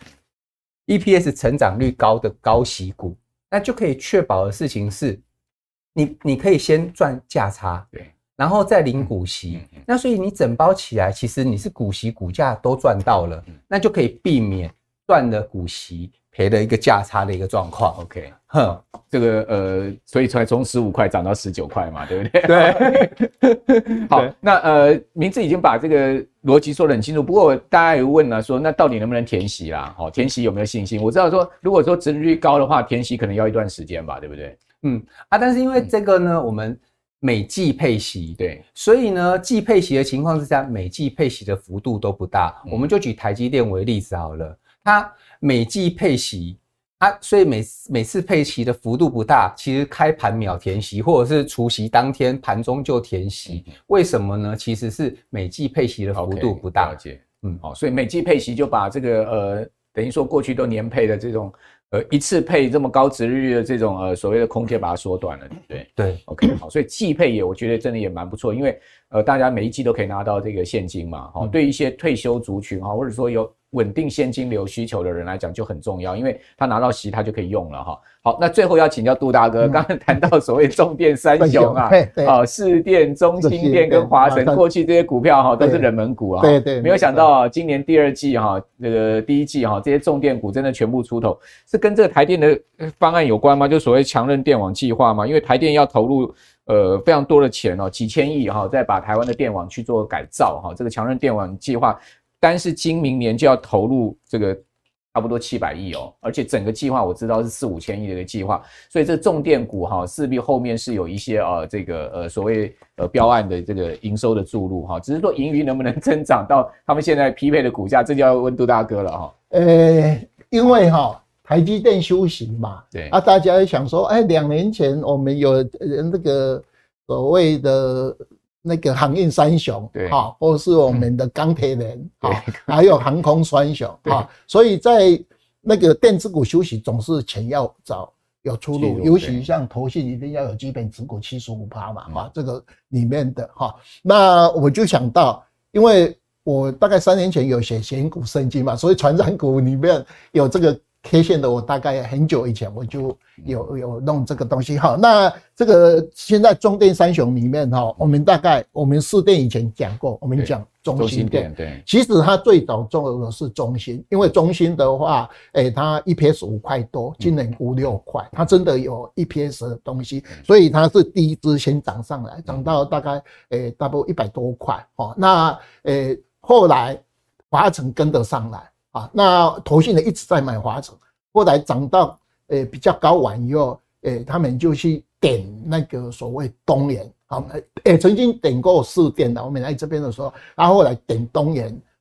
E P S 成长率高的高息股，那就可以确保的事情是，你你可以先赚价差，对，然后再领股息。嗯，那所以你整包起来，其实你是股息股价都赚到了，嗯，那就可以避免赚了股息赔了一个价差的一个状况。 OK， 哼，这个呃，所以才从十五块涨到十九块嘛，对不对？对。好，那呃，名字已经把这个逻辑说得很清楚，不过大家有问了，说那到底能不能填息啦？好，填息有没有信心？我知道说，如果说殖利率高的话，填息可能要一段时间吧，对不对？ 嗯啊，但是因为这个呢，嗯，我们每季配息，对，所以呢，季配息的情况之下，每季配息的幅度都不大。嗯，我们就举台积电为例子好了，它每季配息，它所以每每次配息的幅度不大，其实开盘秒填息，或者是除息当天盘中就填息。嗯，为什么呢？其实是每季配息的幅度不大。 Okay, 了解，嗯，好，所以每季配息就把这个呃，等于说过去都年配的这种呃一次配这么高殖利率的这种呃所谓的空间把它缩短了，对不对？ 对 ，OK， 好，所以季配也我觉得真的也蛮不错，因为呃大家每一季都可以拿到这个现金嘛，好，嗯，对一些退休族群哈，或者说有稳定现金流需求的人来讲就很重要，因为他拿到息他就可以用了哈。好，那最后要请教杜大哥，刚刚谈到所谓重电三雄啊，啊，士电、中兴电跟华城，过去这些股票哈都是冷门股啊，对对，没有想到今年第二季哈，这个第一季哈，这些重电股真的全部出头，是跟这个台电的方案有关吗？就所谓强韧电网计划吗？因为台电要投入呃非常多的钱哦，几千亿哈，再把台湾的电网去做改造哈，这个强韧电网计划。单是今明年就要投入这个差不多七百亿哦，而且整个计划我知道是四五千亿的一个计划，所以这重电股哈势必后面是有一些呃这个呃所谓呃标案的这个营收的注入哈，只是说盈余能不能增长到他们现在匹配的股价，这就要问杜大哥了哈。 呃，因为哈台积电休息嘛，对啊，大家想说，哎，两年前我们有呃那个所谓的。那个航运三雄，对，哈，或是我们的钢铁人，哈，还有航空双雄，哈，所以在那个电子股休息，总是钱要找有出路，尤其像投信一定要有基本持股 百分之七十五 嘛，哈、嗯，这个里面的哈，那我就想到，因为我大概三年前有写选股圣经嘛，所以传染股里面有这个。K 线的我大概很久以前我就有有弄这个东西哈，那这个现在中电三雄里面哈，我们大概我们四电以前讲过，我们讲中兴电，对，其实它最早做的是中兴，因为中兴的话，诶、欸，它 E P S 五块多，今年五六块，它真的有 E P S 的东西，所以它是第一支先涨上来，涨到大概诶大概一百多块哦，那诶、欸、后来华城跟得上来。啊，那投信的一直在买华城，后来涨到呃比较高完以后，呃他们就去点那个所谓东元，啊，呃曾经点过四电的，我们来这边的时候，然后后来点东元，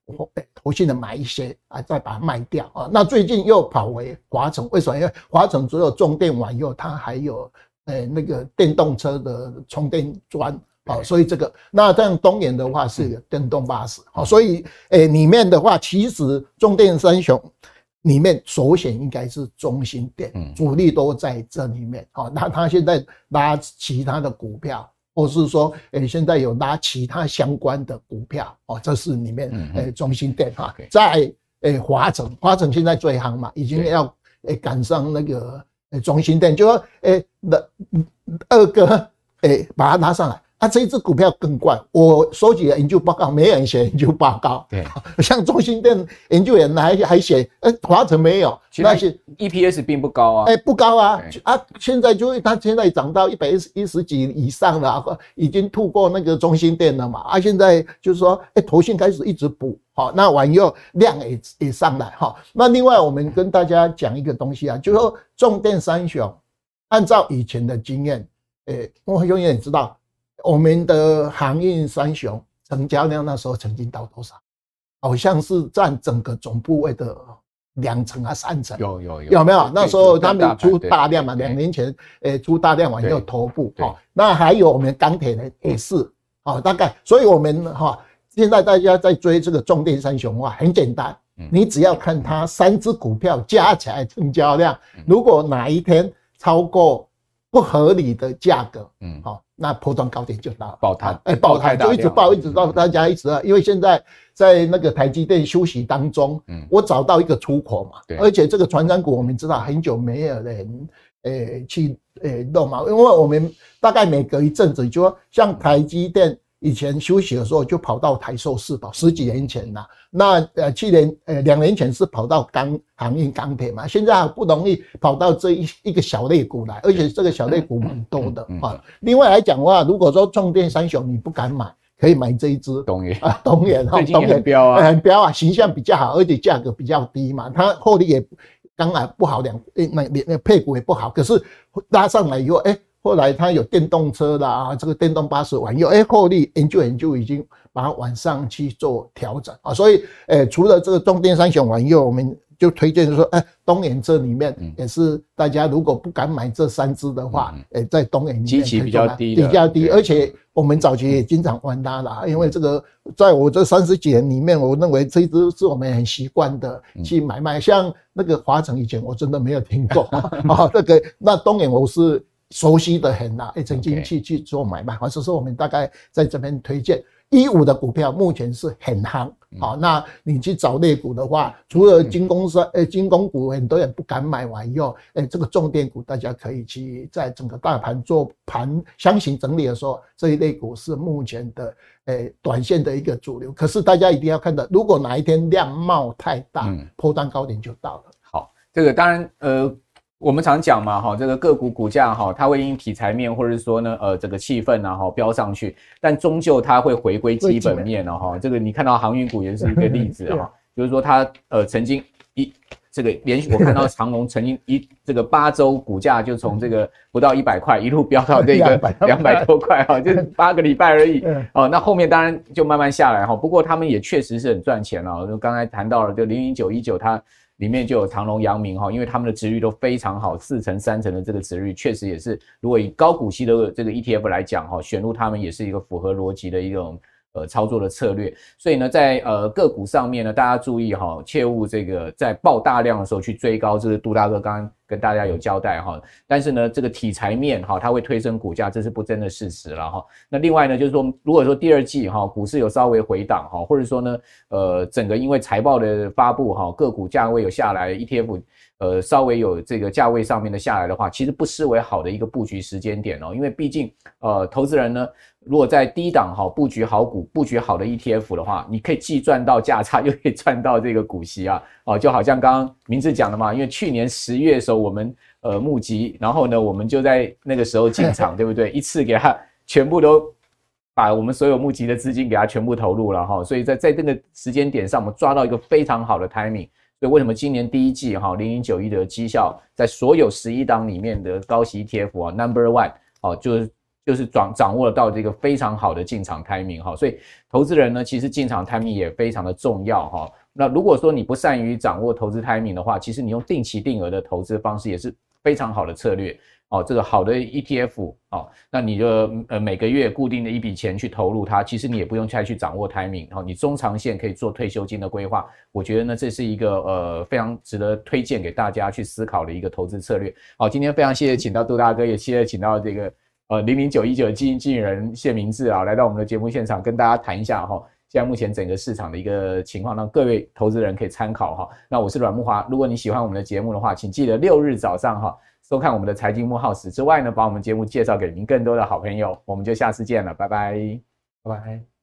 投信的买一些啊，再把它卖掉啊。那最近又跑回华城，为什么？因为华城只有重电网又它还有呃那个电动车的充电桩。好，所以这个那这样东元的话是有电动巴士，好，所以诶里面的话，其实重电三雄里面首选应该是中兴电，主力都在这里面。好，那他现在拉其他的股票，或是说诶现在有拉其他相关的股票，哦，这是里面诶中兴电哈，在诶华城，华城现在最夯嘛，已经要诶赶上那个诶中兴电，就说诶的二哥诶把它拉上来。啊，这一只股票更怪，我收集了研究报告，没有人写研究报告。对，像中兴电研究员还还写，呃，华城没有， 那些 E P S 并不高啊， 哎、欸，不高啊，啊，现在就它现在涨到一百一十几以上了，已经突破那个中兴电了嘛，啊，现在就是说，哎、欸，投信开始一直补，好，那完以后量也也上来哈。那另外我们跟大家讲一个东西啊，就是说重电三雄，按照以前的经验，哎、欸，我永远知道。我们的航运三雄成交量那时候曾经到多少？好像是占整个总部位的两成啊三成。 有有有， 有没有？那时候他们出大量嘛，两年前诶出大量完又头部。哦，那还有我们钢铁人也是，哦，大概，所以我们哈、哦、现在大家在追这个重电三雄化，很简单，你只要看它三只股票加起来成交量，如果哪一天超过不合理的价格，嗯，好、哦。那波段高点就到了， 爆摊， 哎、欸，爆摊就一直爆，一直到大家一直啊，因为现在在那个台积电休息当中，嗯，我找到一个出口嘛，对，而且这个传产股我们知道很久没有人，诶、欸、去诶弄嘛，因为我们大概每隔一阵子，就说像台积电以前休息的时候就跑到台塑四宝，十几年前啦，那呃去年呃两年前是跑到钢航运钢铁嘛，现在好不容易跑到这一一个小类股来，而且这个小类股蛮多的啊。另外来讲的话，如果说重电三雄你不敢买，可以买这一支东元啊，东元哈， 最近很飙啊， 很飙啊，形象比较好，而且价格比较低嘛，它获利也当然不好，两那那配股也不好，可是拉上来以后，哎、欸。后来它有电动车啦，这个电动巴士完以后，哎，获利研究研究已经把它往上去做调整啊，所以，诶，除了这个重电三雄完以后，我们就推荐说，哎，东元这里面也是大家如果不敢买这三只的话，诶，在东元里面基期比较低， 比较低，而且我们早期也经常玩它啦，因为这个在我这三十几年里面，我认为这一只是我们很习惯的去买卖，像那个华城以前我真的没有听过啊，这个那东元我是。熟悉的很啦，也曾经去去做买卖，或者是我们大概在这边推荐一五的股票，目前是很夯。好，那你去找类股的话，除了军工商、呃军工股很多人不敢买完以后，哎，这个重电股大家可以去在整个大盘做盘箱型整理的时候，这一类股是目前的诶短线的一个主流。可是大家一定要看到，如果哪一天量冒太大，嗯，波段高点就到了。 好，这个当然呃。我们常讲嘛，哈，这个个股股价哈，它会因题材面或者是说呢，呃，这个气氛啊，哈，飙上去，但终究它会回归基本面了哈。这个你看到航运股也是一个例子哈，就是说它呃曾经一这个连续我看到长荣曾经一这个八周股价就从这个不到一百块一路飙到这个两百多块哈，就是八个礼拜而已哦。那后面当然就慢慢下来哈，不过他们也确实是很赚钱了。就刚才谈到了，就零零九一九它。里面就有长荣、阳明哈，因为他们的殖率都非常好，四成、三成的这个殖率，确实也是，如果以高股息的这个 E T F 来讲哈，选入他们也是一个符合逻辑的一种呃操作的策略。所以呢，在呃个股上面呢，大家注意哈，切勿这个在爆大量的时候去追高，这是杜大哥刚刚跟大家有交代哈。但是呢，这个题材面哈，它会推升股价，这是不争的事实了哈。那另外呢，就是说，如果说第二季哈股市有稍微回档哈，或者说呢，呃，整个因为财报的发布哈，个股价位有下来 ，E T F 呃稍微有这个价位上面的下来的话，其实不失为好的一个布局时间点哦。因为毕竟呃，投资人呢，如果在低档哈布局好股、布局好的 E T F 的话，你可以既赚到价差，又可以赚到这个股息啊。哦，就好像刚刚明志讲的嘛，因为去年十月的时候我们呃募集，然后呢我们就在那个时候进场，对不对？一次给他全部都把我们所有募集的资金给他全部投入了哈，所以在在这个时间点上，我们抓到一个非常好的 timing。所以为什么今年第一季哈零零九一的绩效在所有十一档里面的高息 E T F 啊 number one 哦，就是就是掌掌握到这个非常好的进场 timing 哈，所以投资人呢，其实进场 timing 也非常的重要哈。那如果说你不善于掌握投资 timing 的话，其实你用定期定额的投资方式也是非常好的策略哦。这个好的 E T F 哦，那你就呃每个月固定的一笔钱去投入它，其实你也不用再去掌握 timing 哦，你中长线可以做退休金的规划。我觉得呢，这是一个呃非常值得推荐给大家去思考的一个投资策略。好，今天非常谢谢请到杜大哥，也谢谢请到这个呃零零九一九的基金经理人谢明志啊，来到我们的节目现场跟大家谈一下哈。现在目前整个市场的一个情况，让各位投资人可以参考哈。那我是阮慕骅，如果你喜欢我们的节目的话，请记得六日早上哈收看我们的财经幕后史之外呢，把我们节目介绍给您更多的好朋友。我们就下次见了，拜拜， 拜拜。